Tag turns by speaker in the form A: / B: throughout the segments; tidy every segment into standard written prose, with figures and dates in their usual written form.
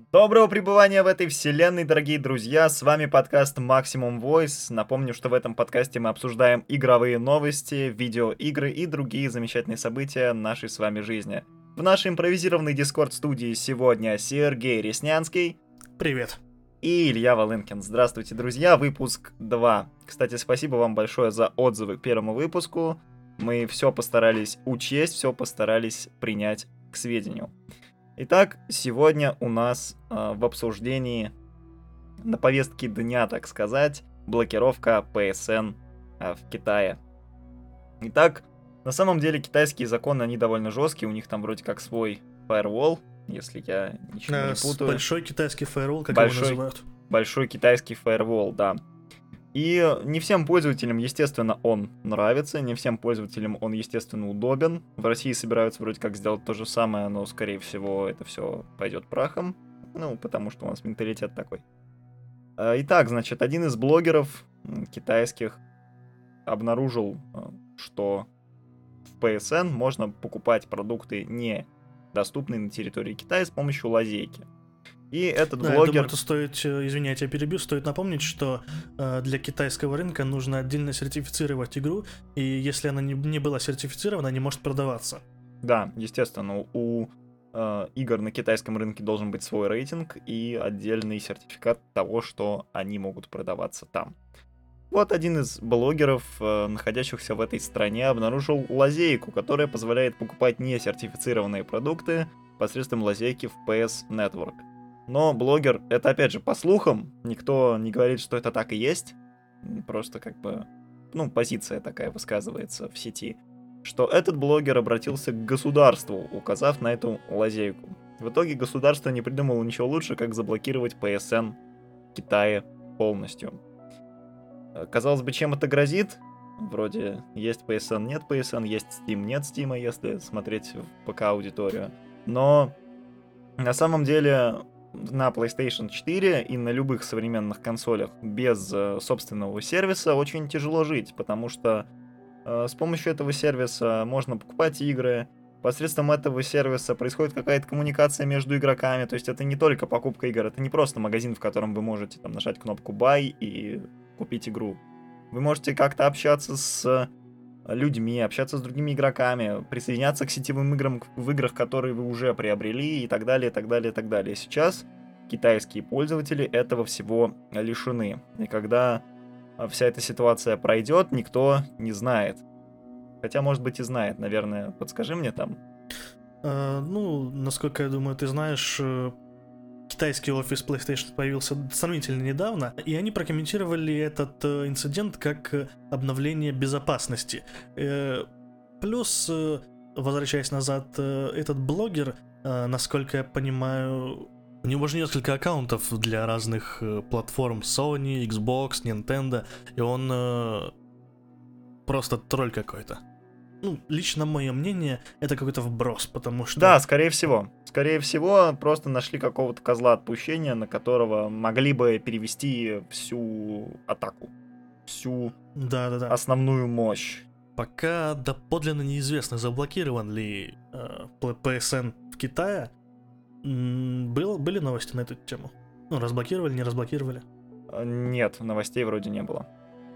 A: Доброго пребывания в этой вселенной, дорогие друзья! С вами подкаст Maximum Voice. Напомню, что в этом подкасте мы обсуждаем игровые новости, видеоигры и другие замечательные события нашей с вами жизни. В нашей импровизированной дискорд-студии сегодня Сергей Реснянский.
B: Привет.
A: И Илья Волынкин. Здравствуйте, друзья! Выпуск 2. Кстати, спасибо вам большое за отзывы к первому выпуску. Мы все постарались учесть, все постарались принять к сведению. Итак, сегодня у нас в обсуждении на повестке дня, так сказать, блокировка PSN в Китае. Итак, на самом деле китайские законы, они довольно жесткие, у них там вроде как свой firewall, если я ничего не путаю.
B: Большой китайский firewall, как его называют.
A: Большой китайский firewall, да. И не всем пользователям, естественно, он нравится, не всем пользователям он, естественно, удобен. В России собираются вроде как сделать то же самое, но, скорее всего, это все пойдет прахом. Ну, потому что у нас менталитет такой. Итак, значит, один из блогеров китайских обнаружил, что в PSN можно покупать продукты, не доступные на территории Китая, с помощью лазейки. И этот блогер...
B: Я думаю, это стоит, извини, я тебя перебью, стоит напомнить, что для китайского рынка нужно отдельно сертифицировать игру, и если она не была сертифицирована, не может продаваться.
A: Да, естественно, у игр на китайском рынке должен быть свой рейтинг и отдельный сертификат того, что они могут продаваться там. Вот один из блогеров, находящихся в этой стране, обнаружил лазейку, которая позволяет покупать несертифицированные продукты посредством лазейки в PS Network. Но блогер, это опять же по слухам, никто не говорит, что это так и есть, просто как бы, позиция такая высказывается в сети, что этот блогер обратился к государству, указав на эту лазейку. В итоге государство не придумало ничего лучше, как заблокировать PSN в Китае полностью. Казалось бы, чем это грозит? Вроде есть PSN, нет PSN, есть Steam, нет Steam, если смотреть в ПК-аудиторию. Но на самом деле на PlayStation 4 и на любых современных консолях без собственного сервиса очень тяжело жить, потому что с помощью этого сервиса можно покупать игры, посредством этого сервиса происходит какая-то коммуникация между игроками, то есть это не только покупка игр, это не просто магазин, в котором вы можете там нажать кнопку Buy и купить игру. Вы можете как-то общаться с людьми, общаться с другими игроками, присоединяться к сетевым играм в играх, которые вы уже приобрели, и так далее, и так далее, и так далее. Сейчас китайские пользователи этого всего лишены. И когда вся эта ситуация пройдет, никто не знает. Хотя, может быть, и знает, наверное. Подскажи мне там.
B: Насколько я думаю, ты знаешь, китайский офис PlayStation появился сравнительно недавно, и они прокомментировали этот инцидент как обновление безопасности. Плюс, возвращаясь назад, этот блогер, насколько я понимаю, у него же несколько аккаунтов для разных платформ: Sony, Xbox, Nintendo, и он просто тролль какой-то. Лично мое мнение, это какой-то вброс, потому что...
A: Да, скорее всего. Скорее всего, просто нашли какого-то козла отпущения, на которого могли бы перевести всю атаку. Всю основную мощь.
B: Пока доподлинно неизвестно, заблокирован ли PSN в Китае. Были новости на эту тему? Разблокировали, не разблокировали?
A: Нет, новостей вроде не было.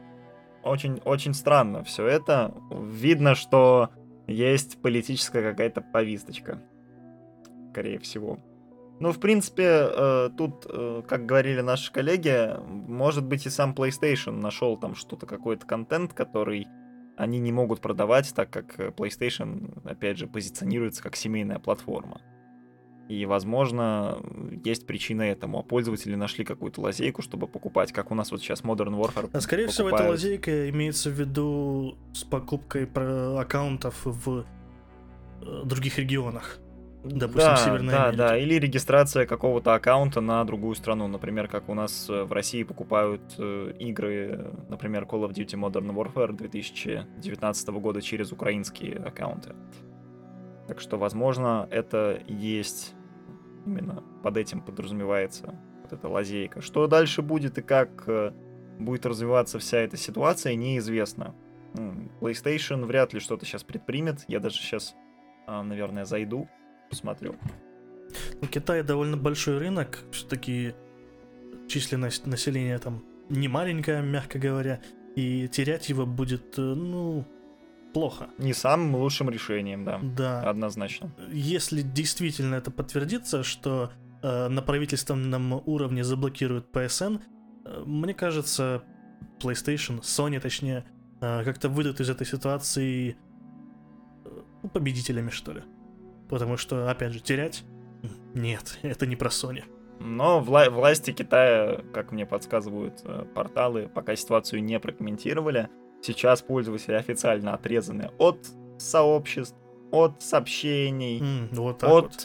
A: Очень странно все это. Видно, что есть политическая какая-то повесточка. Скорее всего. В принципе, тут, как говорили наши коллеги, может быть и сам PlayStation нашел там что-то, какой-то контент, который они не могут продавать, так как PlayStation, опять же, позиционируется как семейная платформа. И, возможно, есть причина этому. А пользователи нашли какую-то лазейку, чтобы покупать, как у нас вот сейчас Modern Warfare.
B: Скорее всего, эта лазейка имеется в виду с покупкой аккаунтов в других регионах. Допустим, Северной Америки.
A: Да, или регистрация какого-то аккаунта на другую страну. Например, как у нас в России покупают игры, например, Call of Duty Modern Warfare 2019 года через украинские аккаунты. Так что, возможно, это есть... Именно под этим подразумевается вот эта лазейка. Что дальше будет и как будет развиваться вся эта ситуация, неизвестно. PlayStation вряд ли что-то сейчас предпримет. Я даже сейчас, наверное, зайду, посмотрю.
B: У Китая довольно большой рынок, все-таки численность населения там не маленькая, мягко говоря, и терять его будет, плохо.
A: Не самым лучшим решением, да.
B: Да.
A: Однозначно.
B: Если действительно это подтвердится, что на правительственном уровне заблокируют PSN, мне кажется, PlayStation, Sony точнее, как-то выйдут из этой ситуации победителями, что ли. Потому что, опять же, терять? Нет, это не про Sony.
A: Но власти Китая, как мне подсказывают порталы, пока ситуацию не прокомментировали. Сейчас пользователи официально отрезаны от сообществ, от сообщений,
B: вот
A: от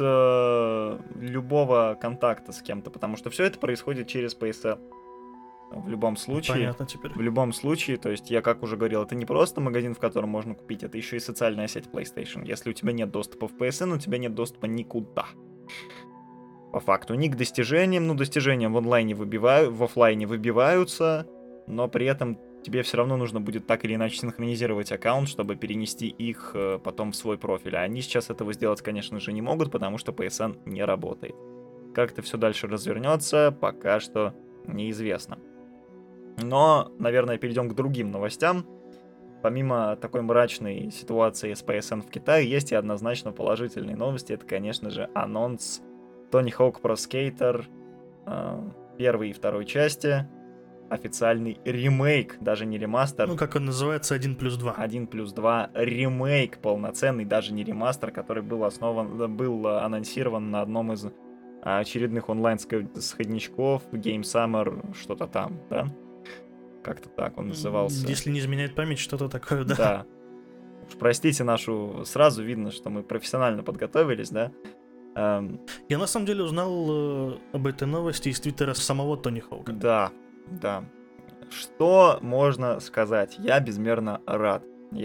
A: любого контакта с кем-то, потому что все это происходит через PSN. В любом случае.
B: Понятно теперь.
A: В любом случае, то есть я как уже говорил, это не просто магазин, в котором можно купить, это еще и социальная сеть PlayStation. Если у тебя нет доступа в PSN, у тебя нет доступа никуда. По факту, ни к достижениям, достижения в офлайне выбиваются, но при этом тебе все равно нужно будет так или иначе синхронизировать аккаунт, чтобы перенести их потом в свой профиль. А они сейчас этого сделать, конечно же, не могут, потому что PSN не работает. Как это все дальше развернется, пока что неизвестно. Но, наверное, перейдем к другим новостям. Помимо такой мрачной ситуации с PSN в Китае, есть и однозначно положительные новости. Это, конечно же, анонс Tony Hawk Pro Skater первой и второй части. Официальный ремейк, даже не ремастер.
B: Как он называется, 1+2.
A: 1+2 ремейк полноценный, даже не ремастер, который был анонсирован на одном из очередных онлайн-сходничков Game Summer, что-то там, да? Как-то так он назывался.
B: Если не изменяет память, что-то такое, да.
A: Да. Уж простите нашу... Сразу видно, что мы профессионально подготовились, да?
B: Я на самом деле узнал об этой новости из твиттера самого Тони Хоука.
A: Да. Что можно сказать? Я безмерно рад. У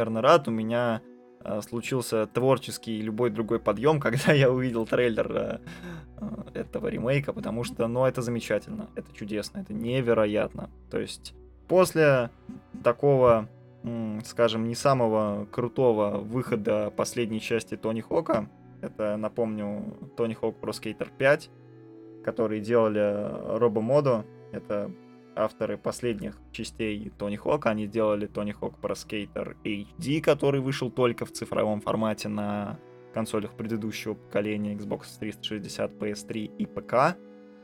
A: меня случился творческий и любой другой подъем, когда я увидел трейлер этого ремейка, потому что, это замечательно, это чудесно, это невероятно. То есть после такого, скажем, не самого крутого выхода последней части Тони Хока, это, напомню, Tony Hawk Pro Skater 5, которые делали RoboModo, это авторы последних частей Тони Хока, они делали Tony Hawk Pro Skater HD, который вышел только в цифровом формате на консолях предыдущего поколения Xbox 360, PS3 и ПК.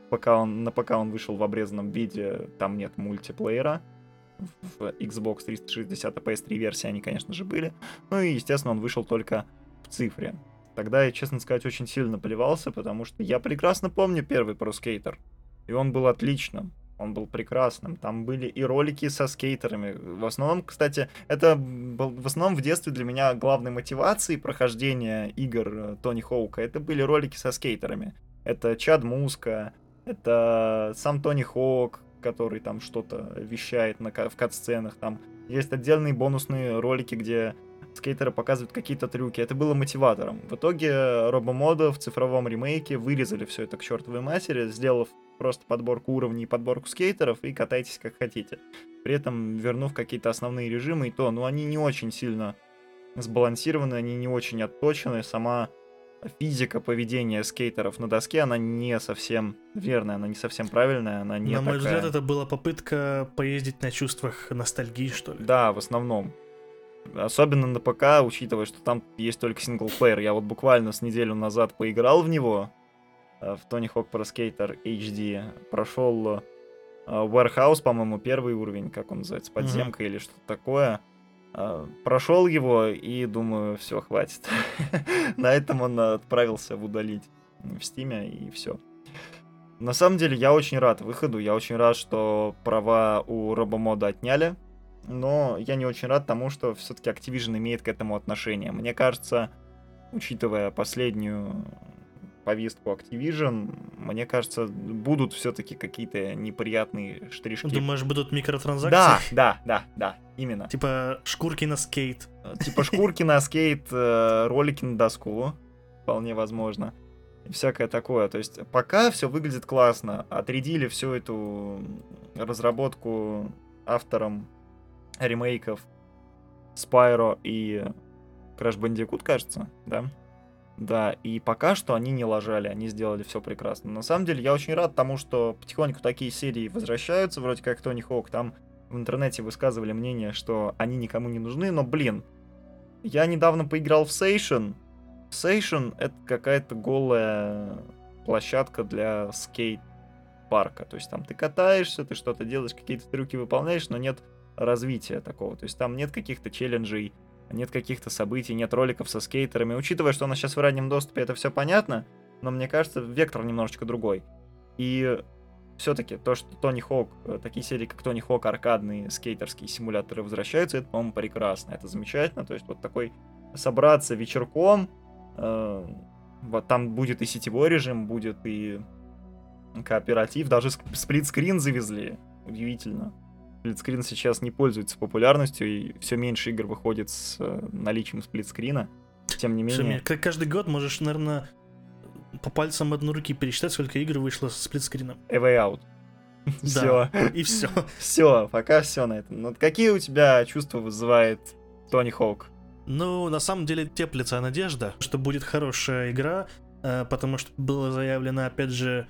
A: На ПК он вышел в обрезанном виде, там нет мультиплеера. В Xbox 360 и PS3 версии они, конечно же, были. И, естественно, он вышел только в цифре. Тогда я, честно сказать, очень сильно плевался, потому что я прекрасно помню первый Pro Skater. И он был отличным. Он был прекрасным. Там были и ролики со скейтерами. В основном, кстати, это был в основном в детстве для меня главной мотивацией прохождения игр Тони Хоука. Это были ролики со скейтерами. Это Чад Муска, это сам Тони Хоук, который там что-то вещает в кат-сценах. Там есть отдельные бонусные ролики, где скейтеры показывают какие-то трюки. Это было мотиватором. В итоге RoboModo в цифровом ремейке вырезали все это к чертовой матери, сделав просто подборку уровней и подборку скейтеров, и катайтесь как хотите. При этом вернув какие-то основные режимы, и то, они не очень сильно сбалансированы, они не очень отточены. Сама физика поведения скейтеров на доске, она не совсем верная, она не совсем правильная, она не
B: На мой
A: такая...
B: взгляд, это была попытка поездить на чувствах ностальгии, что ли.
A: Да, в основном. Особенно на ПК, учитывая, что там есть только синглплеер. Я вот буквально с неделю назад поиграл в него, в Tony Hawk Pro Skater HD. Прошел Warehouse, по-моему, первый уровень, как он называется, подземка или что-то такое. Прошел его и думаю, все, хватит. На этом он отправился в удалить в Стиме, и все. На самом деле, я очень рад выходу, я очень рад, что права у RoboModo отняли. Но я не очень рад тому, что все-таки Activision имеет к этому отношение. Мне кажется, учитывая последнюю повестку Activision, мне кажется, будут все-таки какие-то неприятные штришки.
B: Думаешь, будут микротранзакции?
A: Да, именно.
B: Типа шкурки на скейт.
A: Ролики на доску, вполне возможно. И всякое такое. То есть пока все выглядит классно. Отрядили всю эту разработку авторам ремейков Spyro и Crash Bandicoot, кажется, да? Да, и пока что они не лажали, они сделали все прекрасно. На самом деле, я очень рад тому, что потихоньку такие серии возвращаются, вроде как Тони Хоук. Там в интернете высказывали мнение, что они никому не нужны, но, блин, я недавно поиграл в Сейшен. Сейшен — это какая-то голая площадка для скейт-парка. То есть там ты катаешься, ты что-то делаешь, какие-то трюки выполняешь, но нет развития такого. То есть там нет каких-то челленджей, нет каких-то событий, нет роликов со скейтерами. Учитывая, что у нас сейчас в раннем доступе, это все понятно, но мне кажется, вектор немножечко другой. И все-таки то, что Тони Хоук, такие серии, как Тони Хоук, аркадные скейтерские симуляторы возвращаются, это, по-моему, прекрасно, это замечательно. То есть вот такой собраться вечерком, вот там будет и сетевой режим, будет и кооператив, даже сплитскрин завезли, удивительно. Сплитскрин сейчас не пользуется популярностью, и все меньше игр выходит с наличием сплитскрина. Тем не менее...
B: Каждый год можешь, наверное, по пальцам одной руки пересчитать, сколько игр вышло с сплитскрином.
A: A Way Out.
B: Все. И все.
A: Все, пока все на этом. Ну, какие у тебя чувства вызывает Тони Хоук?
B: Ну, на самом деле, теплится надежда, что будет хорошая игра, потому что было заявлено, опять же,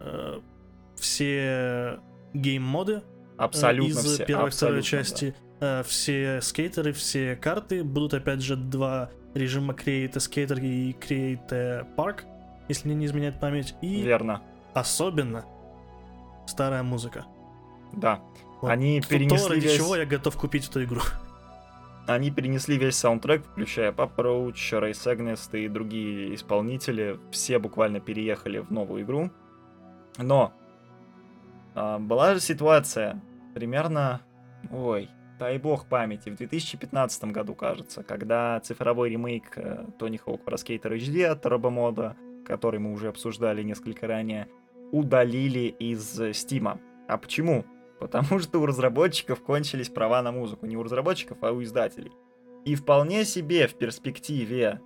B: все гейм-моды
A: Абсолютно
B: из
A: все.
B: первой и второй
A: Абсолютно,
B: части. Все скейтеры, все карты. Будут, опять же, 2 режима Create a Skater и Create a Park, если мне не изменяет память. И
A: верно.
B: особенно старая музыка.
A: Да.
B: Вот
A: Они перенесли
B: ради
A: весь...
B: чего я готов купить эту игру.
A: Они перенесли весь саундтрек, включая Papa Roach, Race Against и другие исполнители. Все буквально переехали в новую игру. Но была же ситуация примерно, дай бог памяти, в 2015 году, кажется, когда цифровой ремейк Tony Hawk Pro Skater HD от Робомода, который мы уже обсуждали несколько ранее, удалили из Steam. А почему? Потому что у разработчиков кончились права на музыку. Не у разработчиков, а у издателей. И вполне себе в перспективе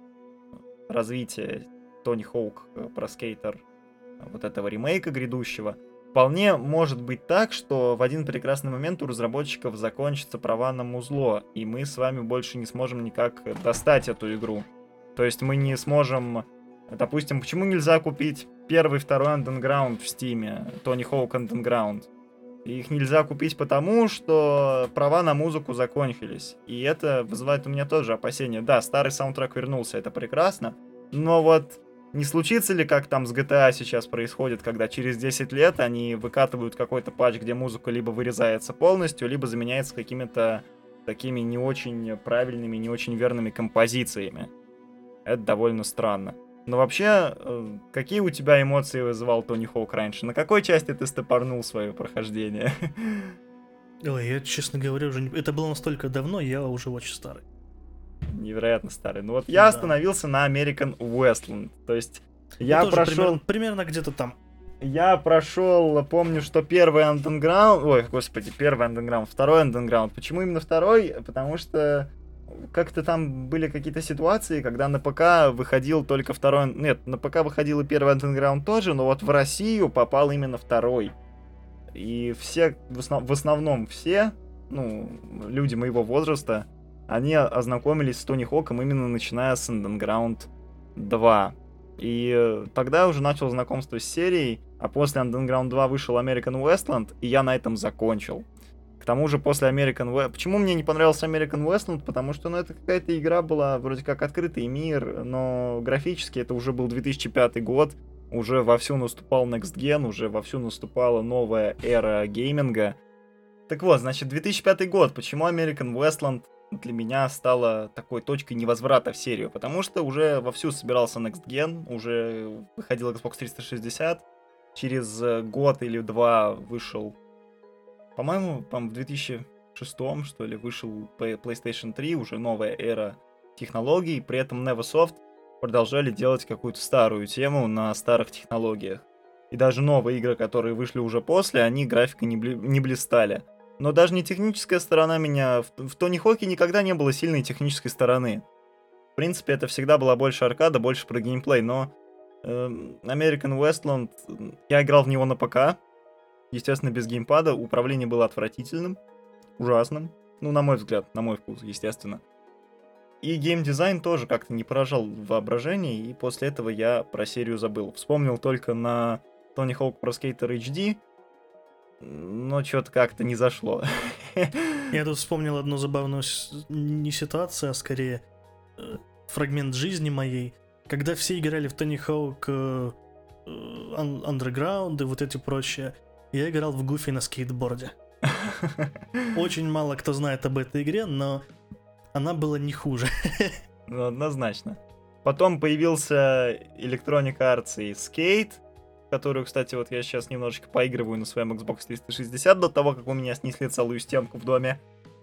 A: развития Tony Hawk Pro Skater, вот этого ремейка грядущего, вполне может быть так, что в один прекрасный момент у разработчиков закончатся права на музло, и мы с вами больше не сможем никак достать эту игру. То есть мы не сможем... Допустим, почему нельзя купить первый, второй Underground в Steam, Tony Hawk Underground? Их нельзя купить потому, что права на музыку закончились. И это вызывает у меня тоже опасения. Да, старый саундтрек вернулся, это прекрасно. Но вот не случится ли, как там с GTA сейчас происходит, когда через 10 лет они выкатывают какой-то патч, где музыка либо вырезается полностью, либо заменяется какими-то такими не очень правильными, не очень верными композициями. Это довольно странно. Но вообще, какие у тебя эмоции вызывал Тони Хоук раньше? На какой части ты стопорнул свое прохождение?
B: Ой, я, честно говоря, уже не... Это было настолько давно, я уже очень старый.
A: Невероятно старый. Ну вот я остановился на American Westland. То есть я прошел...
B: Примерно где-то там.
A: Я прошел, помню, что первый Underground... первый Underground, второй Underground. Почему именно второй? Потому что... Как-то там были какие-то ситуации, когда на ПК выходил только второй... Нет, на ПК выходил и первый Underground тоже, но вот в Россию попал именно второй. И все, в основном все, люди моего возраста, они ознакомились с Тони Хоком именно начиная с Underground 2. И тогда уже начал знакомство с серией, а после Underground 2 вышел American Westland, и я на этом закончил. К тому же после American Westland... Почему мне не понравился American Westland? Потому что, это какая-то игра была, вроде как открытый мир, но графически это уже был 2005 год, уже вовсю наступал Next Gen, уже вовсю наступала новая эра гейминга. Так вот, значит, 2005 год. Почему American Westland для меня стала такой точкой невозврата в серию? Потому что уже вовсю собирался Next Gen, уже выходил Xbox 360, через год или два вышел... По-моему, в 2006, что ли, вышел PlayStation 3, уже новая эра технологий, при этом Neversoft продолжали делать какую-то старую тему на старых технологиях. И даже новые игры, которые вышли уже после, они графикой не блистали. Но даже не техническая сторона меня... В Тони Хоке никогда не было сильной технической стороны. В принципе, это всегда была больше аркада, больше про геймплей, но American Westland, я играл в него на ПК, естественно, без геймпада, управление было отвратительным, ужасным. На мой взгляд, на мой вкус, естественно. И геймдизайн тоже как-то не поражал воображение, и после этого я про серию забыл. Вспомнил только на Tony Hawk Pro Skater HD, но что-то как-то не зашло.
B: Я тут вспомнил одну забавную не ситуацию, а скорее фрагмент жизни моей, когда все играли в Tony Hawk Underground и вот эти прочие, я играл в Гуфи на скейтборде. Очень мало кто знает об этой игре, но она была не хуже.
A: Ну, однозначно. Потом появился Electronic Arts и Skate, которую, кстати, вот я сейчас немножечко поигрываю на своем Xbox 360 до того, как у меня снесли целую стенку в доме.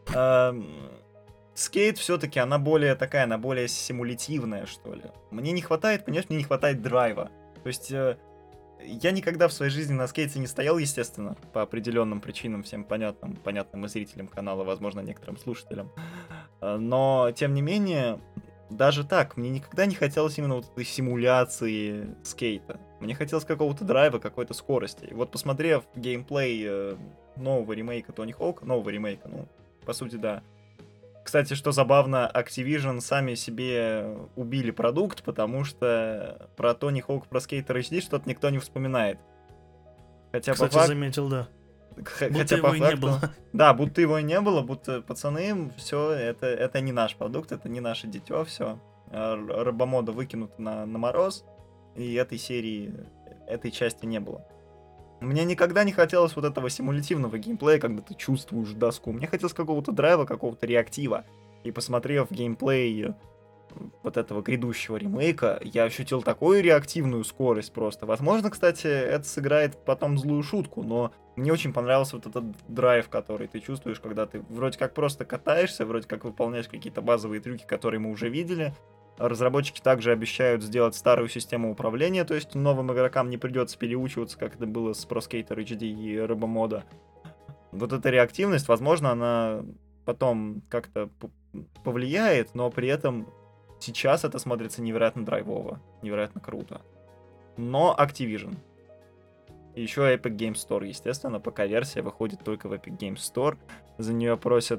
A: Skate все-таки, она более такая, она более симулятивная, что ли. Мне не хватает, понимаешь, мне не хватает драйва. То есть я никогда в своей жизни на скейте не стоял, естественно, по определенным причинам, всем понятным и зрителям канала, возможно, некоторым слушателям. Но, тем не менее, даже так, мне никогда не хотелось именно вот этой симуляции скейта. Мне хотелось какого-то драйва, какой-то скорости. И вот посмотрев геймплей нового ремейка Tony Hawk, ну, по сути, да. Кстати, что забавно, Activision сами себе убили продукт, потому что про Tony Hawk Pro Skater HD что-то никто не вспоминает. Хотя
B: кстати,
A: по факту...
B: заметил, да.
A: Хотя по факту... Не было. Да, будто его и не было, будто пацаны, все, это не наш продукт, это не наше дитё, все. Робомода выкинута на мороз, и этой серии, этой части не было. Мне никогда не хотелось вот этого симулятивного геймплея, когда ты чувствуешь доску. Мне хотелось какого-то драйва, какого-то реактива. И посмотрев геймплей вот этого грядущего ремейка, я ощутил такую реактивную скорость просто. Возможно, кстати, это сыграет потом злую шутку, но мне очень понравился вот этот драйв, который ты чувствуешь, когда ты вроде как просто катаешься, вроде как выполняешь какие-то базовые трюки, которые мы уже видели. Разработчики также обещают сделать старую систему управления, то есть новым игрокам не придется переучиваться, как это было с Pro Skater HD и Робомода. Вот эта реактивность, возможно, она потом как-то повлияет, но при этом сейчас это смотрится невероятно драйвово, невероятно круто. Но Activision. И еще Epic Games Store, естественно, пока версия выходит только в Epic Games Store. За нее просят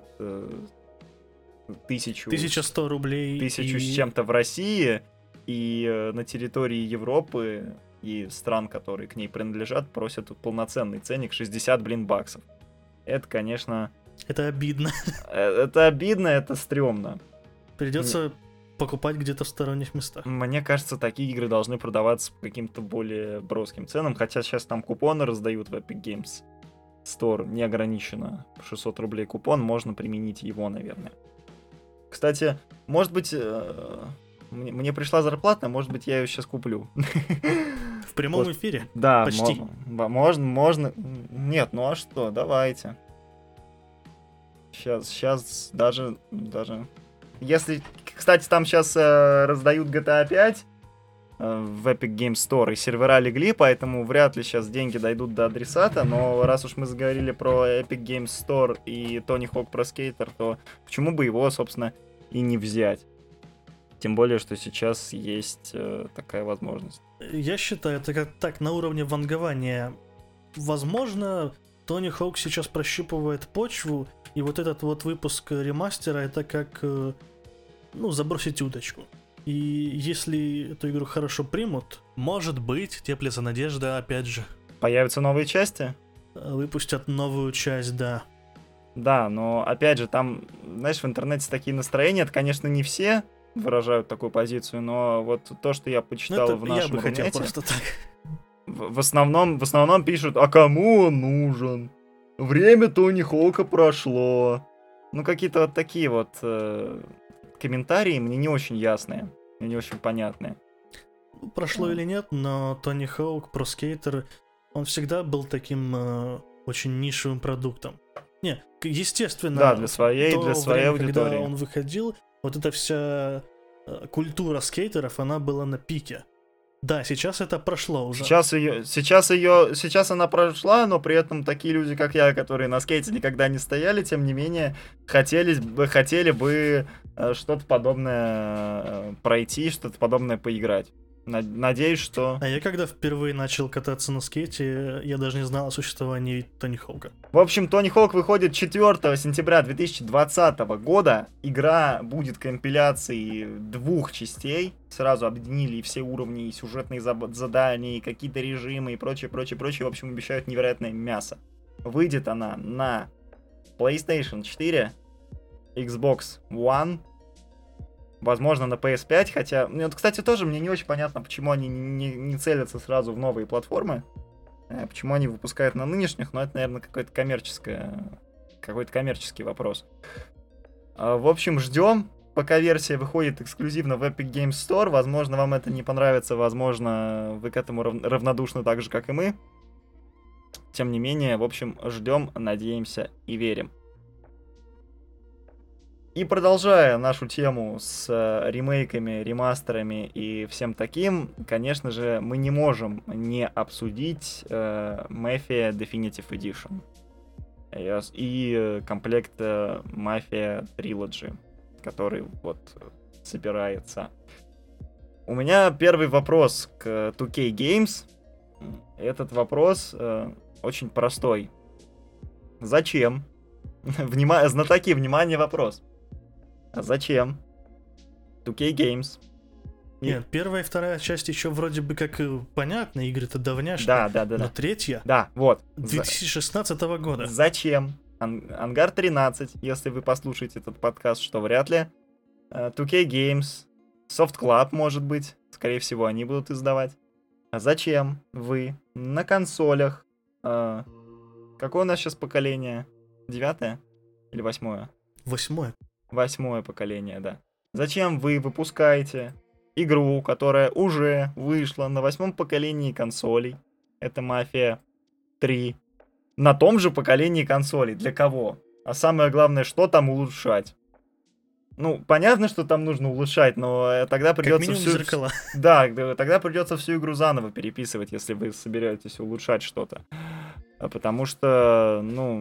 B: 1100 рублей.
A: 1000 с чем-то в России, и на территории Европы и стран, которые к ней принадлежат, просят полноценный ценник 60, баксов. Это, конечно...
B: Это обидно.
A: Это обидно, это стрёмно.
B: Придется покупать где-то в сторонних местах.
A: Мне кажется, такие игры должны продаваться по каким-то более броским ценам, хотя сейчас там купоны раздают в Epic Games Store неограниченно. 600 рублей купон, можно применить его, наверное. Кстати, может быть, мне пришла зарплата, может быть, я ее сейчас куплю.
B: В прямом эфире?
A: Да,
B: почти.
A: Можно. Нет, ну а что, давайте. Сейчас даже... Если, кстати, там сейчас раздают GTA 5 в Epic Games Store, и сервера легли, поэтому вряд ли сейчас деньги дойдут до адресата, но раз уж мы заговорили про Epic Games Store и Tony Hawk Pro Skater, то почему бы его, собственно, и не взять? Тем более, что сейчас есть такая возможность.
B: Я считаю, это как так, на уровне вангования. Возможно, Tony Hawk сейчас прощупывает почву, и вот этот вот выпуск ремастера, это как, забросить удочку. И если эту игру хорошо примут, может быть, теплится надежда, опять же.
A: Появятся новые части?
B: Выпустят новую часть, да.
A: Да, но опять же, там, знаешь, в интернете такие настроения, это, конечно, не все выражают такую позицию, но вот то, что я почитал в нашем
B: я бы хотел
A: Рунете,
B: просто так.
A: В основном пишут, а кому он нужен? Время Тони Хоука прошло. Ну, какие-то вот такие вот комментарии мне не очень ясные, мне не очень понятные.
B: Прошло или нет, но Тони Хоук, Pro Skater, он всегда был таким очень нишевым продуктом. Не, естественно,
A: да, для своей аудитории.
B: Когда он выходил, вот эта вся культура скейтеров, она была на пике. Да, сейчас это прошло уже.
A: Сейчас она прошла, но при этом такие люди, как я, которые на скейте никогда не стояли, тем не менее, хотели бы что-то подобное пройти, что-то подобное поиграть. Надеюсь, что...
B: А я когда впервые начал кататься на скейте, я даже не знал о существовании Тони Хоука.
A: В общем, Тони Хоук выходит 4 сентября 2020 года. Игра будет компиляцией 2 частей. Сразу объединили и все уровни, и сюжетные задания, и какие-то режимы, и прочее, прочее, прочее. В общем, обещают невероятное мясо. Выйдет она на PlayStation 4, Xbox One, возможно, на PS5, хотя... Вот, кстати, тоже мне не очень понятно, почему они не целятся сразу в новые платформы. Почему они выпускают на нынешних, но это, наверное, какой-то коммерческий вопрос. В общем, ждем, пока версия выходит эксклюзивно в Epic Games Store. Возможно, вам это не понравится, возможно, вы к этому равнодушны так же, как и мы. Тем не менее, в общем, ждем, надеемся и верим. И продолжая нашу тему с ремейками, ремастерами и всем таким, конечно же, мы не можем не обсудить Mafia Definitive Edition и комплект Mafia Trilogy, который вот собирается. У меня первый вопрос к 2K Games. Этот вопрос очень простой. Зачем? Знатоки, внимание, вопрос. Зачем 2K Games?
B: Нет, первая и вторая часть еще вроде бы как понятно, игры-то давняшние.
A: Да.
B: Но третья?
A: Да, вот.
B: 2016 года.
A: Зачем? Ангар 13, если вы послушаете этот подкаст, что вряд ли. 2K Games, Soft Club, может быть. Скорее всего, они будут издавать. Зачем вы на консолях? Какое у нас сейчас поколение? 9 или 8?
B: 8.
A: 8 поколение, да. Зачем вы выпускаете игру, которая уже вышла на 8 поколении консолей? Это Mafia 3. На том же поколении консолей. Для кого? А самое главное, что там улучшать? Ну, понятно, что там нужно улучшать, но тогда придется
B: зеркала.
A: Да, тогда придется всю игру заново переписывать, если вы собираетесь улучшать что-то. Потому что,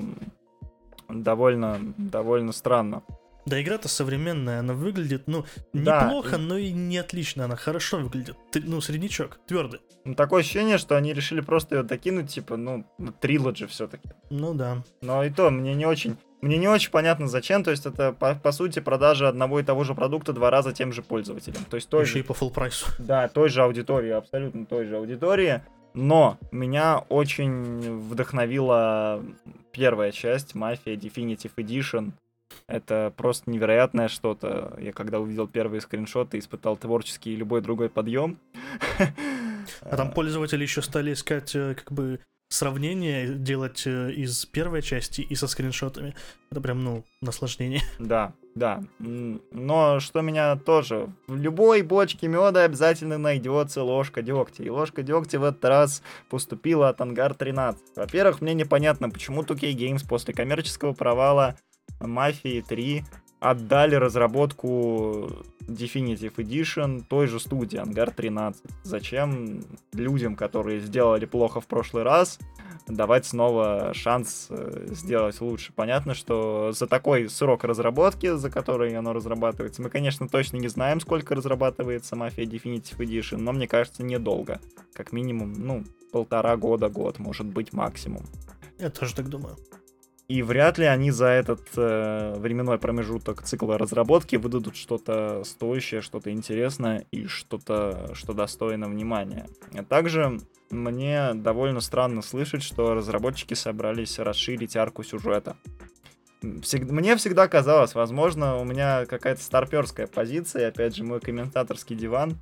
A: довольно странно.
B: Да, игра-то современная, она выглядит, неплохо, но и не отлично, она хорошо выглядит. Среднячок, твердый.
A: Такое ощущение, что они решили просто ее докинуть, типа, трилоджи все-таки.
B: Ну да.
A: Но и то, мне не очень понятно зачем, то есть это, по сути, продажа одного и того же продукта 2 раза тем же пользователям. То есть
B: Еще и по full прайсу.
A: Да, той же аудитории, абсолютно той же аудитории. Но меня очень вдохновила первая часть, Mafia Definitive Edition. Это просто невероятное что-то. Я когда увидел первые скриншоты, испытал творческий и любой другой подъем.
B: А там пользователи еще стали искать сравнение, делать из первой части и со скриншотами. Это прям, наслаждение.
A: Да. Но что меня тоже... В любой бочке меда обязательно найдется ложка дегтя. И ложка дегтя в этот раз поступила от Ангар 13. Во-первых, мне непонятно, почему 2K Games после коммерческого провала Mafia 3 отдали разработку Definitive Edition той же студии Ангар 13. Зачем людям, которые сделали плохо в прошлый раз, давать снова шанс сделать лучше? Понятно, что за такой срок разработки, за который оно разрабатывается, мы, конечно, точно не знаем, сколько разрабатывается Mafia Definitive Edition, но мне кажется, недолго. Как минимум, 1,5 года, год, может быть, максимум.
B: Я тоже так думаю.
A: И вряд ли они за этот временной промежуток цикла разработки выдадут что-то стоящее, что-то интересное и что-то, что достойно внимания. А также мне довольно странно слышать, что разработчики собрались расширить арку сюжета. Мне всегда казалось, возможно, у меня какая-то старперская позиция, и опять же мой комментаторский диван.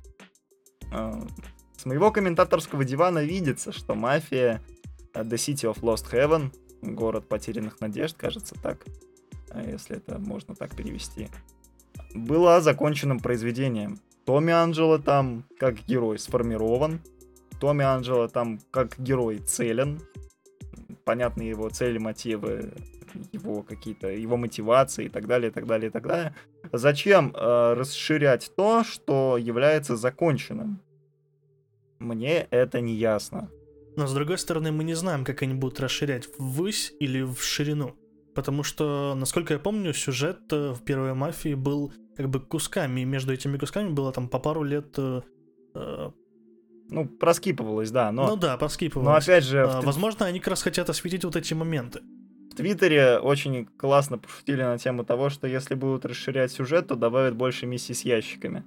A: С моего комментаторского дивана видится, что Mafia The City of Lost Heaven, город потерянных надежд, кажется так, если это можно так перевести, была законченным произведением. Томми Анджело там как герой сформирован, Томми Анджело там как герой целен, понятны его цели, мотивы, его какие-то, его мотивации и так далее, и так далее, и так далее. Зачем расширять то, что является законченным? Мне это не ясно.
B: Но, с другой стороны, мы не знаем, как они будут расширять ввысь или в ширину. Потому что, насколько я помню, сюжет в первой «Мафии» был кусками, и между этими кусками было там по пару лет
A: Ну, проскипывалось, да,
B: Ну да, проскипывалось.
A: Но опять же...
B: Возможно, они как раз хотят осветить вот эти моменты.
A: В Твиттере очень классно пошутили на тему того, что если будут расширять сюжет, то добавят больше миссий с ящиками.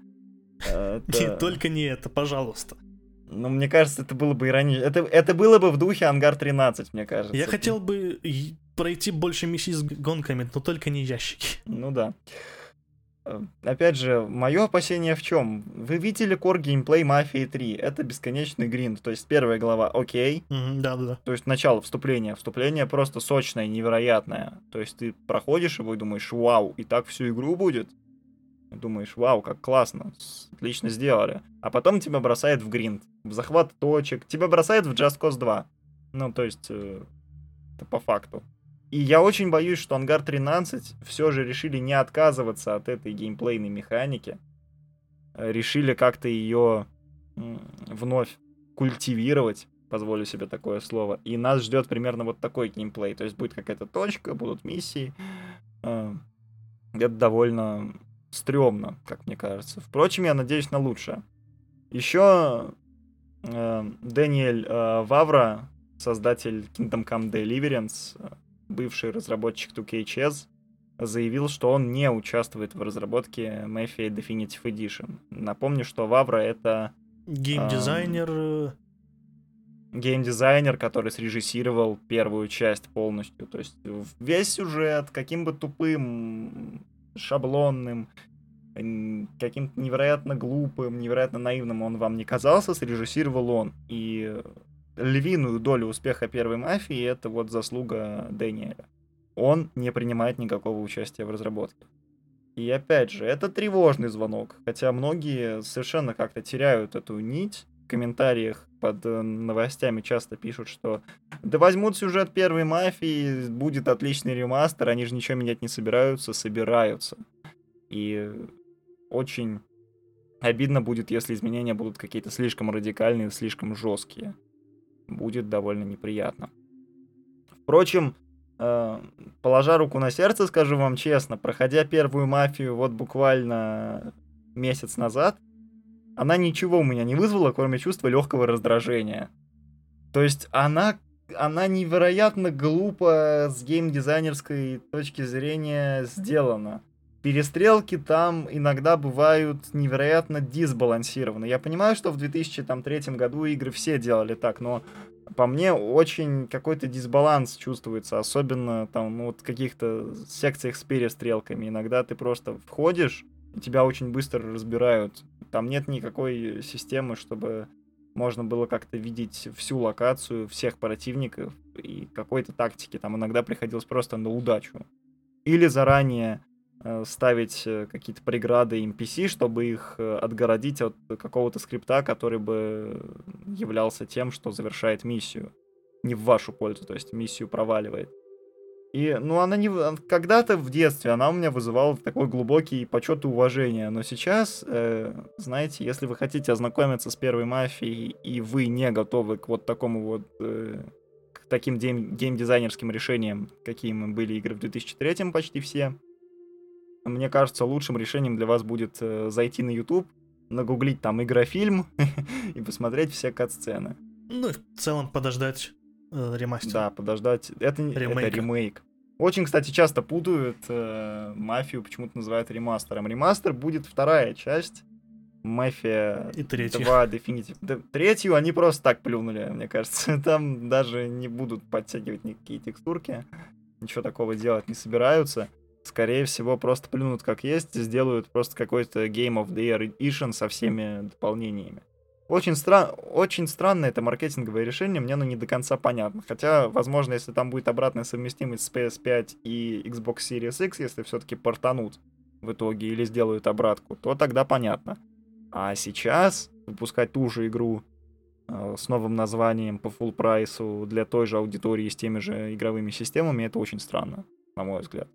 B: Только не это, пожалуйста.
A: Ну, мне кажется, это было бы иронично. Это было бы в духе Ангар 13, мне кажется.
B: Я хотел бы пройти больше миссий с гонками, но только не ящики.
A: Ну да. Опять же, мое опасение в чем? Вы видели кор геймплей Мафии 3? Это бесконечный гринд. То есть первая глава окей.
B: Да.
A: То есть начало вступления. Вступление просто сочное, невероятное. То есть ты проходишь его и думаешь, вау, и так всю игру будет? Думаешь, вау, как классно, отлично сделали. А потом тебя бросает в гринд, в захват точек, тебя бросает в Just Cause 2. Ну, то есть, это по факту. И я очень боюсь, что Ангар 13 все же решили не отказываться от этой геймплейной механики. Решили как-то ее вновь культивировать, позволю себе такое слово. И нас ждет примерно вот такой геймплей. То есть будет какая-то точка, будут миссии. Это довольно стрёмно, как мне кажется. Впрочем, я надеюсь на лучшее. Еще Дэниэль Вавра, создатель Kingdom Come Deliverance, бывший разработчик 2K Chess, заявил, что он не участвует в разработке Mafia Definitive Edition. Напомню, что Вавра — это...
B: Геймдизайнер...
A: Геймдизайнер, который срежиссировал первую часть полностью. То есть весь сюжет, каким бы тупым, шаблонным, каким-то невероятно глупым, невероятно наивным он вам не казался, срежиссировал он. И львиную долю успеха первой Мафии — это вот заслуга Дэниеля. Он не принимает никакого участия в разработке. И опять же, это тревожный звонок, хотя многие совершенно как-то теряют эту нить. В комментариях под новостями часто пишут, что да возьмут сюжет первой Мафии, будет отличный ремастер, они же ничего менять не собираются. И очень обидно будет, если изменения будут какие-то слишком радикальные, слишком жесткие. Будет довольно неприятно. Впрочем, положа руку на сердце, скажу вам честно, проходя первую Мафию вот буквально месяц назад, она ничего у меня не вызвала, кроме чувства легкого раздражения. То есть она невероятно глупо с геймдизайнерской точки зрения сделана. Перестрелки там иногда бывают невероятно дисбалансированы. Я понимаю, что в 2003 году игры все делали так, но по мне очень какой-то дисбаланс чувствуется, особенно там вот в каких-то секциях с перестрелками. Иногда ты просто входишь, и тебя очень быстро разбирают. Там нет никакой системы, чтобы можно было как-то видеть всю локацию, всех противников и какой-то тактики. Там иногда приходилось просто на удачу. Или заранее ставить какие-то преграды NPC, чтобы их отгородить от какого-то скрипта, который бы являлся тем, что завершает миссию. Не в вашу пользу, то есть миссию проваливает. И, ну, она не... Когда-то в детстве она у меня вызывала такой глубокий почет и уважение, но сейчас, знаете, если вы хотите ознакомиться с первой Мафией, и вы не готовы к вот такому вот... к таким геймдизайнерским решениям, какими были игры в 2003-м почти все, мне кажется, лучшим решением для вас будет зайти на YouTube, нагуглить там игрофильм и посмотреть все кат-сцены.
B: Ну и в целом подождать ремастер.
A: Да, подождать. Это ремейк. Очень, кстати, часто путают Мафию, почему-то называют ремастером. Ремастер будет вторая часть. Мафия 2 Definitive. Третью они просто так плюнули, мне кажется. Там даже не будут подтягивать никакие текстурки. Ничего такого делать не собираются. Скорее всего, просто плюнут как есть, сделают просто какой-то Game of the Year Edition со всеми дополнениями. Очень странное это маркетинговое решение, мне оно не до конца понятно. Хотя, возможно, если там будет обратная совместимость с PS5 и Xbox Series X, если все-таки портанут в итоге или сделают обратку, то тогда понятно. А сейчас выпускать ту же игру с новым названием по full прайсу для той же аудитории с теми же игровыми системами, это очень странно, на мой взгляд.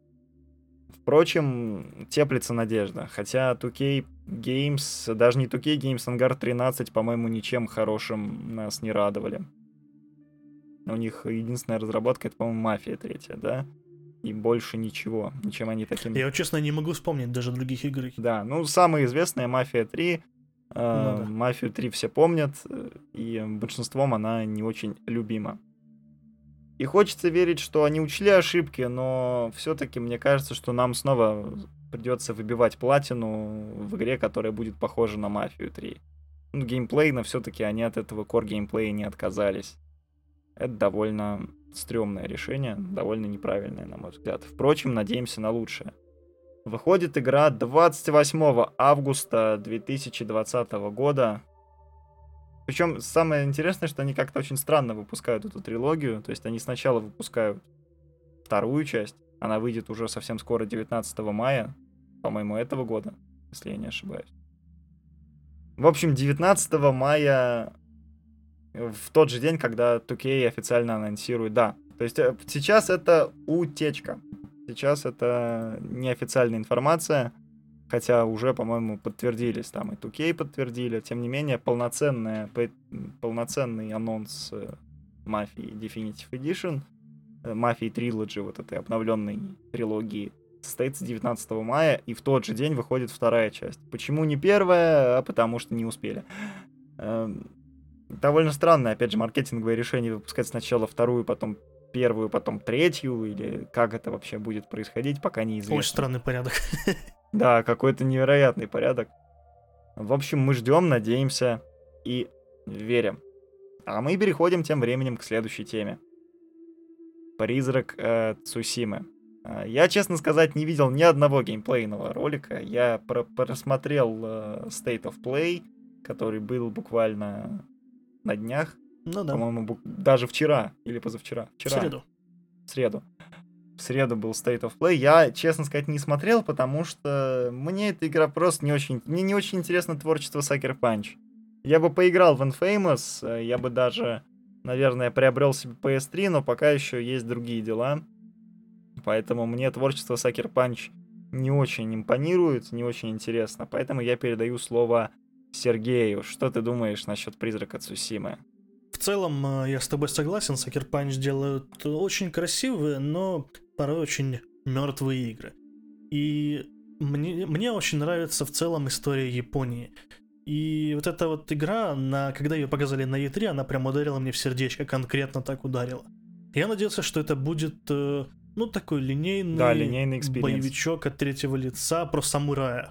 A: Впрочем, теплится надежда. Хотя 2K Games, даже не 2K Games, Ангар 13, по-моему, ничем хорошим нас не радовали. У них единственная разработка — это, по-моему, Мафия 3, да? И больше ничего. Ничем они таким...
B: Я, честно, не могу вспомнить даже других игр.
A: Да, ну, самая известная Мафия 3,
B: да.
A: Мафию 3 все помнят, и большинством она не очень любима. И хочется верить, что они учли ошибки, но все-таки мне кажется, что нам снова придется выбивать платину в игре, которая будет похожа на Мафию 3. Ну, геймплейно все-таки они от этого core-геймплея не отказались. Это довольно стрёмное решение, довольно неправильное, на мой взгляд. Впрочем, надеемся на лучшее. Выходит игра 28 августа 2020 года. Причем самое интересное, что они как-то очень странно выпускают эту трилогию. То есть они сначала выпускают вторую часть. Она выйдет уже совсем скоро, 19 мая, по-моему, этого года, если я не ошибаюсь. В общем, 19 мая, в тот же день, когда 2K официально анонсирует, да. То есть сейчас это утечка. Сейчас это неофициальная информация. Хотя уже, по-моему, подтвердились, там и 2K подтвердили. Тем не менее, полноценный анонс Mafia Definitive Edition, Mafia Trilogy, вот этой обновленной трилогии, состоится 19 мая, и в тот же день выходит вторая часть. Почему не первая? А потому что не успели. Довольно странное, опять же, маркетинговое решение выпускать сначала вторую, потом первую, потом третью, или как это вообще будет происходить, пока неизвестно.
B: Очень странный порядок.
A: Да, какой-то невероятный порядок. В общем, мы ждем, надеемся и верим. А мы переходим тем временем к следующей теме. Призрак Цусимы. Я, честно сказать, не видел ни одного геймплейного ролика. Я просмотрел State of Play, который был буквально на днях.
B: Ну да.
A: По-моему, даже вчера или позавчера. Вчера. В среду. В среду был State of Play. Я, честно сказать, не смотрел, потому что мне эта игра просто не очень... Мне не очень интересно творчество Sucker Punch. Я бы поиграл в Infamous, я бы даже, наверное, приобрел себе PS3, но пока еще есть другие дела. Поэтому мне творчество Sucker Punch не очень импонирует, не очень интересно. Поэтому я передаю слово Сергею. Что ты думаешь насчет Призрака Цусимы?
B: В целом, я с тобой согласен, Sucker Punch делают очень красивые, но порой очень мертвые игры. И мне очень нравится в целом история Японии. И вот эта вот игра, когда ее показали на E3, она прям ударила мне в сердечко, конкретно так ударила. Я надеялся, что это будет, такой линейный боевичок от третьего лица про самурая.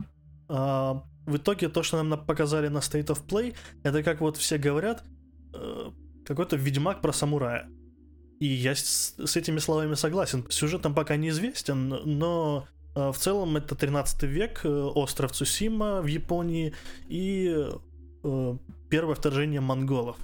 B: В итоге то, что нам показали на State of Play, это, как вот все говорят, какой-то ведьмак про самурая. И я с этими словами согласен. Сюжет там пока неизвестен, но в целом это 13 век, остров Цусима в Японии и первое вторжение монголов.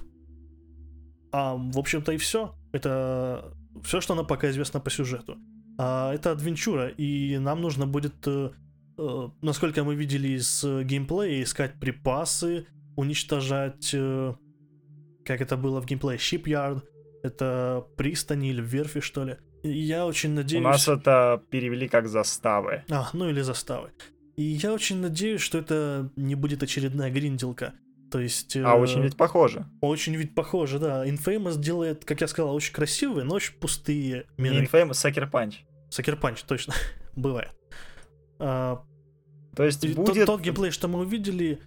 B: В общем-то и все. Это все, что нам пока известно по сюжету. Это адвенчура, и нам нужно будет, насколько мы видели из геймплея, искать припасы, уничтожать, как это было в геймплее, Shipyard. Это пристани или верфи, что ли. И я очень надеюсь...
A: У нас это перевели как заставы.
B: Или заставы. И я очень надеюсь, что это не будет очередная гринделка. То есть...
A: очень ведь похоже.
B: Очень ведь похоже, да. Infamous делает, как я сказал, очень красивые, но очень пустые миры.
A: Не Infamous, Sucker Punch.
B: Sucker Punch, точно. Бывает.
A: То есть будет...
B: Тот геймплей, что мы увидели,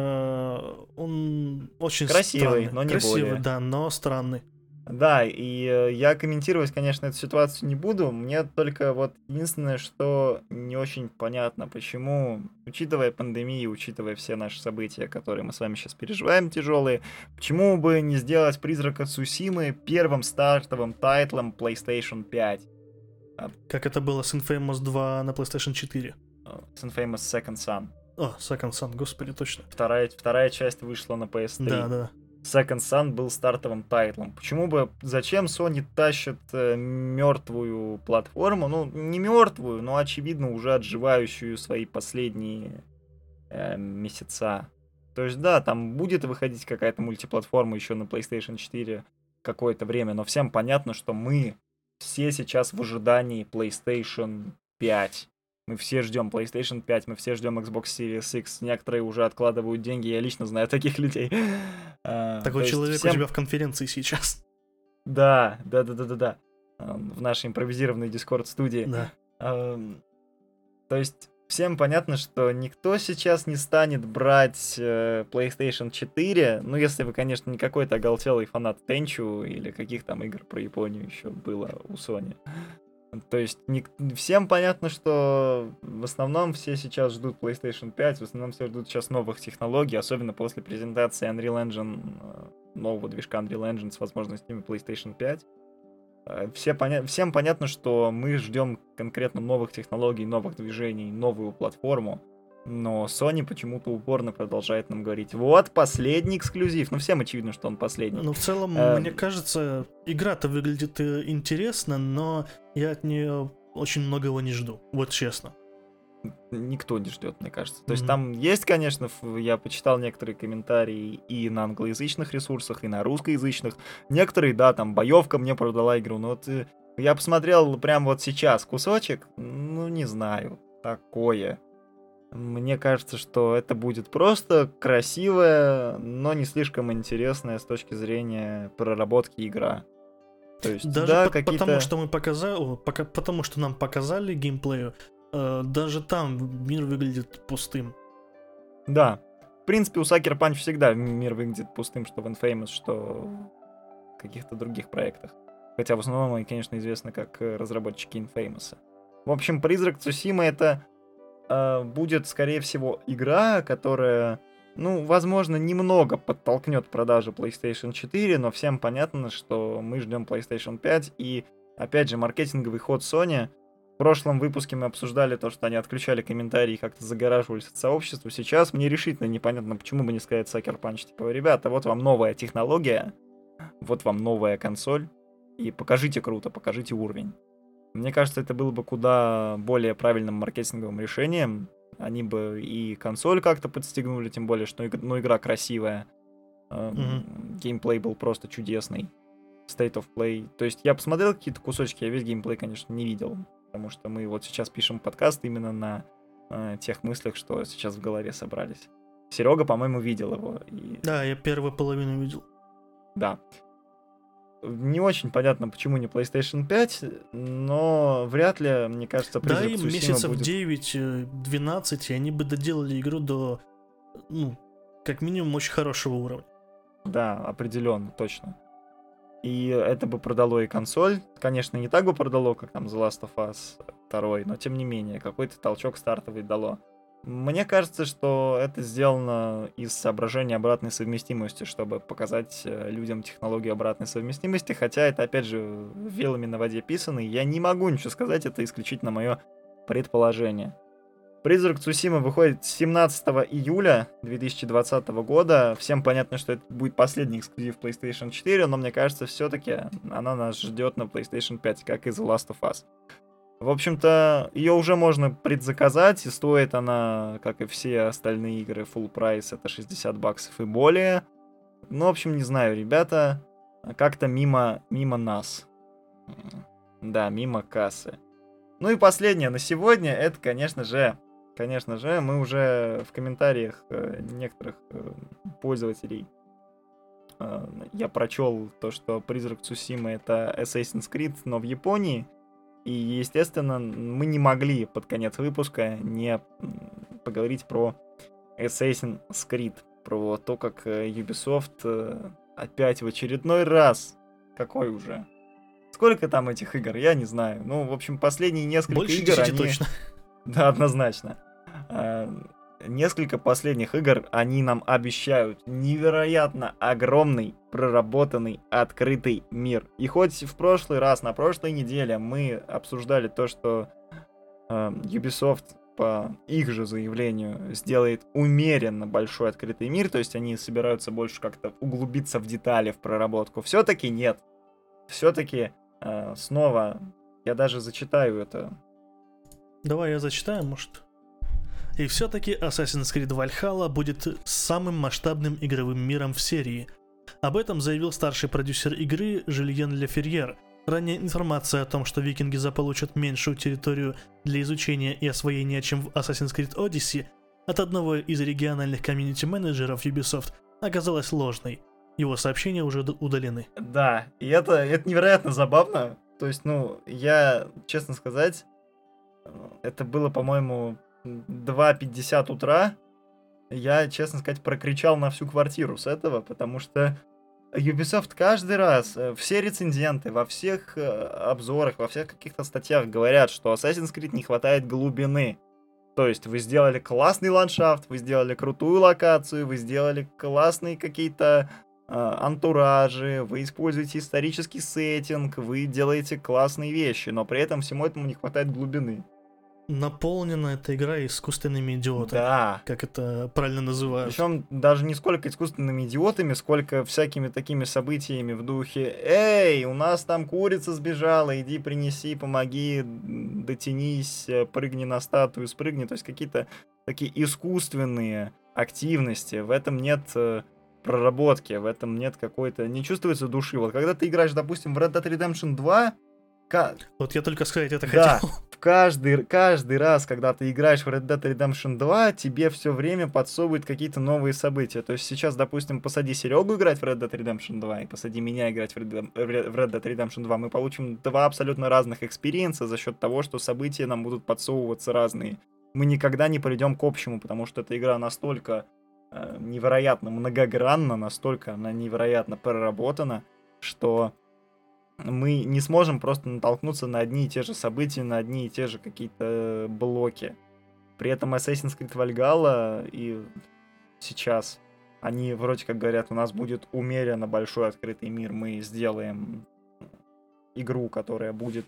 B: он очень
A: красивый,
B: странный.
A: Но не
B: красивый,
A: более.
B: Да, но странный.
A: Да, и я комментировать, конечно, эту ситуацию не буду. Мне только вот единственное, что не очень понятно, почему, учитывая пандемию, учитывая все наши события, которые мы с вами сейчас переживаем, тяжелые, почему бы не сделать Призрака Цусимы первым стартовым тайтлом PlayStation 5?
B: Как это было с Infamous 2 на PlayStation 4?
A: С Infamous Second Son.
B: Second Son, господи, точно.
A: Вторая часть вышла на PS3.
B: Да.
A: Second Son был стартовым тайтлом. Зачем Sony тащит мертвую платформу? Ну, не мертвую, но, очевидно, уже отживающую свои последние месяца. То есть, да, там будет выходить какая-то мультиплатформа еще на PlayStation 4 какое-то время, но всем понятно, что мы все сейчас в ожидании PlayStation 5. Мы все ждем PlayStation 5, мы все ждем Xbox Series X. Некоторые уже откладывают деньги, я лично знаю таких людей.
B: Такой человек у тебя в конференции сейчас.
A: Да. В нашей импровизированной Discord-студии.
B: Да.
A: То есть всем понятно, что никто сейчас не станет брать PlayStation 4, ну, если вы, конечно, не какой-то оголтелый фанат Тенчу или каких там игр про Японию еще было у Sony. То есть всем понятно, что в основном все сейчас ждут PlayStation 5, в основном все ждут сейчас новых технологий, особенно после презентации Unreal Engine, нового движка Unreal Engine с возможностями PlayStation 5. Всем понятно, что мы ждем конкретно новых технологий, новых движений, новую платформу, но Sony почему-то упорно продолжает нам говорить: вот, последний эксклюзив. Ну, всем очевидно, что он последний.
B: Ну, в целом, мне кажется, игра-то выглядит интересно, но я от нее очень многого не жду, вот честно.
A: Никто не ждет, мне кажется. То есть там есть, конечно, я почитал некоторые комментарии и на англоязычных ресурсах, и на русскоязычных. Некоторые, да, там, боевка мне продала игру, но вот я посмотрел прямо вот сейчас кусочек, ну, не знаю, такое. Мне кажется, что это будет просто красивая, но не слишком интересная с точки зрения проработки игра. То есть,
B: даже
A: да,
B: потому что мы потому что нам показали геймплею, даже там мир выглядит пустым.
A: Да. В принципе, у Sucker Punch всегда мир выглядит пустым, что в Infamous, что в каких-то других проектах. Хотя в основном они, конечно, известны как разработчики Infamous. В общем, Призрак Цусимы это будет, скорее всего, игра, которая, ну, возможно, немного подтолкнет продажи PlayStation 4, но всем понятно, что мы ждем PlayStation 5, и, опять же, маркетинговый ход Sony. В прошлом выпуске мы обсуждали то, что они отключали комментарии и как-то загораживались от сообщества. Сейчас мне решительно непонятно, почему бы не сказать Sucker Punch, типа, ребята, вот вам новая технология, вот вам новая консоль, и покажите круто, покажите уровень. Мне кажется, это было бы куда более правильным маркетинговым решением. Они бы и консоль как-то подстегнули, тем более, что игра красивая. Геймплей был просто чудесный. State of Play. То есть я посмотрел какие-то кусочки, я весь геймплей, конечно, не видел. Потому что мы вот сейчас пишем подкаст именно на тех мыслях, что сейчас в голове собрались. Серега, по-моему, видел его.
B: Да, я первую половину видел.
A: Да. Не очень понятно, почему не PlayStation 5, но вряд ли, мне кажется, Призрак
B: Цусимы будет... месяцев
A: будет...
B: 9-12, и они бы доделали игру до, ну, как минимум, очень хорошего уровня.
A: Да, определенно, точно. И это бы продало и консоль. Конечно, не так бы продало, как там The Last of Us 2, но тем не менее, какой-то толчок стартовый дало. Мне кажется, что это сделано из соображения обратной совместимости, чтобы показать людям технологию обратной совместимости, хотя это, опять же, вилами на воде писано, и я не могу ничего сказать, это исключительно мое предположение. Призрак Цусимы выходит 17 июля 2020 года. Всем понятно, что это будет последний эксклюзив PlayStation 4, но мне кажется, все-таки она нас ждет на PlayStation 5, как и The Last of Us. В общем-то, ее уже можно предзаказать, и стоит она, как и все остальные игры, full прайс, это $60 и более. Ну, в общем, не знаю, ребята, как-то мимо нас. Да, мимо кассы. Ну и последнее на сегодня, это, конечно же, мы уже в комментариях некоторых пользователей я прочел то, что Призрак Цусимы это Assassin's Creed, но в Японии. И, естественно, мы не могли под конец выпуска не поговорить про Assassin's Creed, про то, как Ubisoft опять в очередной раз, какой уже? Сколько там этих игр, я не знаю. Ну, в общем, последние несколько
B: больше
A: игр,
B: 10 точно.
A: Да, однозначно. Несколько последних игр они нам обещают невероятно огромный, проработанный, открытый мир. И хоть в прошлый раз, на прошлой неделе мы обсуждали то, что Ubisoft по их же заявлению сделает умеренно большой открытый мир, то есть они собираются больше как-то углубиться в детали, в проработку. Все-таки нет. Все-таки снова, я даже зачитаю это.
B: Давай я зачитаю, может. И все-таки Assassin's Creed Valhalla будет самым масштабным игровым миром в серии. Об этом заявил старший продюсер игры Жюльен Леферьер. Ранее информация о том, что викинги заполучат меньшую территорию для изучения и освоения, чем в Assassin's Creed Odyssey, от одного из региональных комьюнити-менеджеров Ubisoft оказалась ложной. Его сообщения уже удалены.
A: Да, и это невероятно забавно. То есть, я, честно сказать, это было, по-моему, 2:50 утра я, честно сказать, прокричал на всю квартиру с этого, потому что Ubisoft каждый раз, все рецензенты во всех обзорах, во всех каких-то статьях говорят, что Assassin's Creed не хватает глубины. То есть вы сделали классный ландшафт, вы сделали крутую локацию, вы сделали классные какие-то антуражи, вы используете исторический сеттинг, вы делаете классные вещи, но при этом всему этому не хватает глубины.
B: Наполнена эта игра искусственными идиотами.
A: Да.
B: Как это правильно называют.
A: Причем даже не сколько искусственными идиотами, сколько всякими такими событиями в духе: «Эй, у нас там курица сбежала, иди принеси, помоги, дотянись, прыгни на статую, спрыгни». То есть какие-то такие искусственные активности. В этом нет проработки, в этом нет какой-то... Не чувствуется души. Вот когда ты играешь, допустим, в Red Dead Redemption 2...
B: Вот я только сказать это
A: Да,
B: хотел.
A: каждый раз, когда ты играешь в Red Dead Redemption 2, тебе все время подсовывают какие-то новые события. То есть сейчас, допустим, посади Серегу играть в Red Dead Redemption 2 и посади меня играть в Red Dead Redemption 2, мы получим два абсолютно разных экспириенса за счет того, что события нам будут подсовываться разные. Мы никогда не придем к общему, потому что эта игра настолько невероятно многогранна, настолько она невероятно проработана, что мы не сможем просто натолкнуться на одни и те же события, на одни и те же какие-то блоки. При этом Assassin's Creed Valhalla и сейчас они вроде как говорят, у нас будет умеренно большой открытый мир, мы сделаем игру, которая будет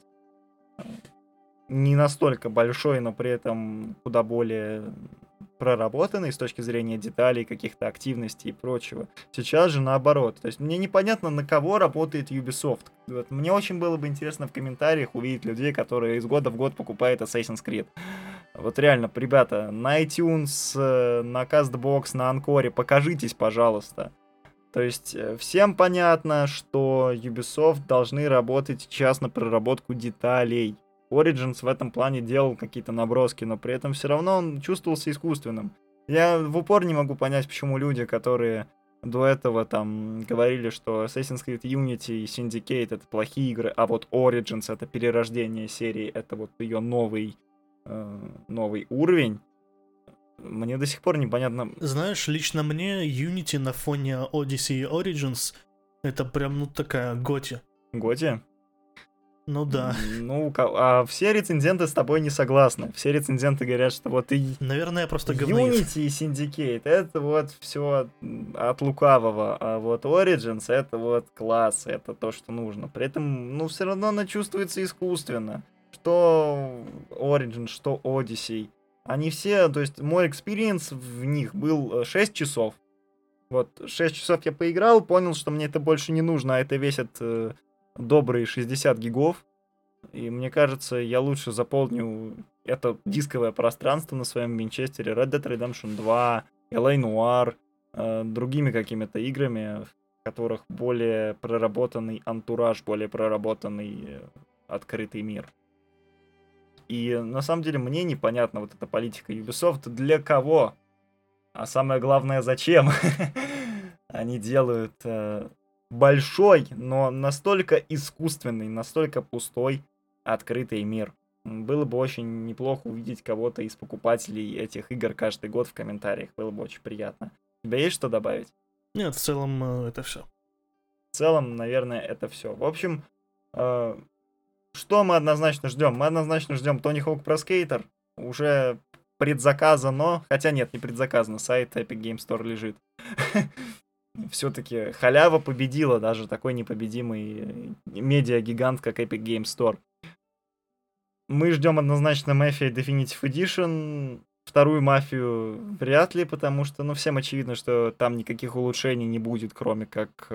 A: не настолько большой, но при этом куда более проработанный с точки зрения деталей, каких-то активностей и прочего. Сейчас же наоборот. То есть мне непонятно, на кого работает Ubisoft. Вот мне очень было бы интересно в комментариях увидеть людей, которые из года в год покупают Assassin's Creed. Вот реально, ребята, на iTunes, на CastBox, на Анкоре покажитесь, пожалуйста. То есть всем понятно, что Ubisoft должны работать сейчас на проработку деталей. Origins в этом плане делал какие-то наброски, но при этом все равно он чувствовался искусственным. Я в упор не могу понять, почему люди, которые до этого там говорили, что Assassin's Creed Unity и Syndicate это плохие игры, а вот Origins это перерождение серии, это вот ее новый уровень. Мне до сих пор непонятно.
B: Знаешь, лично мне Unity на фоне Odyssey и Origins это прям, такая готи.
A: Готи?
B: Ну да.
A: А все рецензенты с тобой не согласны. Все рецензенты говорят, что вот и
B: Наверное, я просто говноед.
A: Unity и Syndicate это вот все от лукавого, а вот Origins это вот класс, это то, что нужно. При этом, все равно она чувствуется искусственно. Что Origins, что Odyssey. Они все, то есть мой экспириенс в них был 6 часов. Вот 6 часов я поиграл, понял, что мне это больше не нужно, а это весит добрые 60 гигов. И мне кажется, я лучше заполню это дисковое пространство на своем винчестере Red Dead Redemption 2, LA Noire, другими какими-то играми, в которых более проработанный антураж, более проработанный открытый мир. И на самом деле мне непонятна вот эта политика Ubisoft, для кого, а самое главное, зачем они делают большой, но настолько искусственный, настолько пустой открытый мир. Было бы очень неплохо увидеть кого-то из покупателей этих игр каждый год в комментариях. Было бы очень приятно. У тебя есть что добавить?
B: Нет, в целом это все.
A: В целом, наверное, это все. В общем, что мы однозначно ждем? Мы однозначно ждем Tony Hawk Pro Skater. Уже предзаказано. Хотя нет, не предзаказано. Сайт Epic Game Store лежит. Все-таки халява победила даже такой непобедимый медиагигант, как Epic Game Store. Мы ждем однозначно Mafia Definitive Edition. Вторую мафию вряд ли, потому что, всем очевидно, что там никаких улучшений не будет, кроме как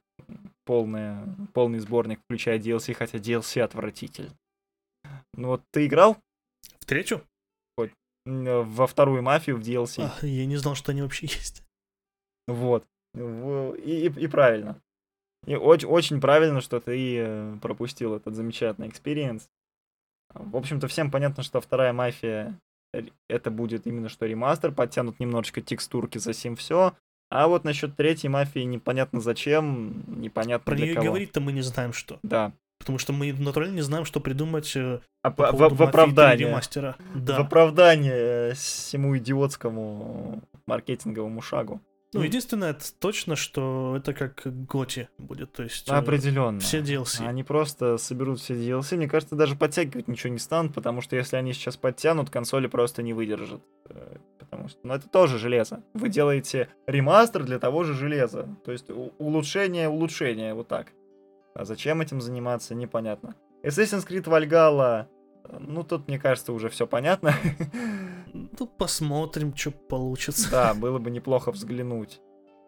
A: полный сборник, включая DLC, хотя DLC отвратительно. Вот ты играл?
B: В третью?
A: Во вторую мафию в DLC.
B: Я не знал, что они вообще есть.
A: Вот. И правильно. И очень правильно, что ты пропустил этот замечательный экспириенс. В общем-то, всем понятно, что вторая мафия это будет именно что ремастер, подтянут немножечко текстурки, засим все. А вот насчет третьей мафии непонятно зачем, непонятно
B: про
A: для
B: нее
A: кого.
B: говорить-то мы не знаем что.
A: Да.
B: Потому что мы натурально не знаем, что придумать
A: А
B: по
A: в
B: поводу Мафии 3
A: оправдание.
B: ремастера.
A: В
B: Да.
A: оправдание всему идиотскому маркетинговому шагу.
B: Ну, единственное, это точно, что это как Готи будет, то есть
A: Определенно.
B: все DLC.
A: Они просто соберут все DLC. Мне кажется, даже подтягивать ничего не станут, потому что если они сейчас подтянут, консоли просто не выдержат. Потому что, ну, это тоже железо. Вы делаете ремастер для того же железа. То есть улучшение, вот так. А зачем этим заниматься, непонятно. Assassin's Creed Valhalla, ну, тут, мне кажется, уже все понятно.
B: Ну, посмотрим, что получится.
A: Да, было бы неплохо взглянуть.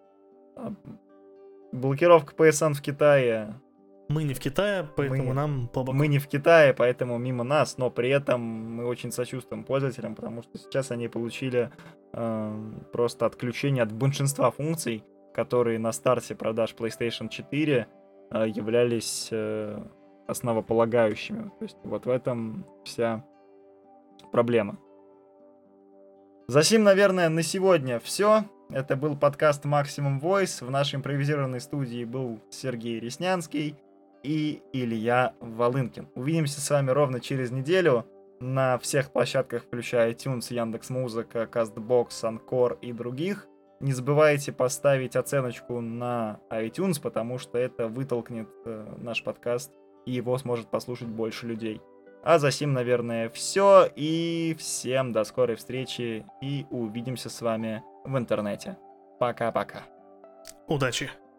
A: Блокировка PSN в Китае.
B: Мы не в Китае, поэтому нам по боку.
A: Мы не в Китае, поэтому мимо нас, но при этом мы очень сочувствуем пользователям, потому что сейчас они получили просто отключение от большинства функций, которые на старте продаж PlayStation 4 являлись основополагающими. То есть вот в этом вся проблема. Засим, наверное, на сегодня все. Это был подкаст Maximum Voice. В нашей импровизированной студии был Сергей Реснянский и Илья Волынкин. Увидимся с вами ровно через неделю на всех площадках, включая iTunes, Яндекс.Музыка, Castbox, Anchor и других. Не забывайте поставить оценочку на iTunes, потому что это вытолкнет наш подкаст, и его сможет послушать больше людей. А за сим, наверное, все. И всем до скорой встречи. И увидимся с вами в интернете. Пока-пока.
B: Удачи.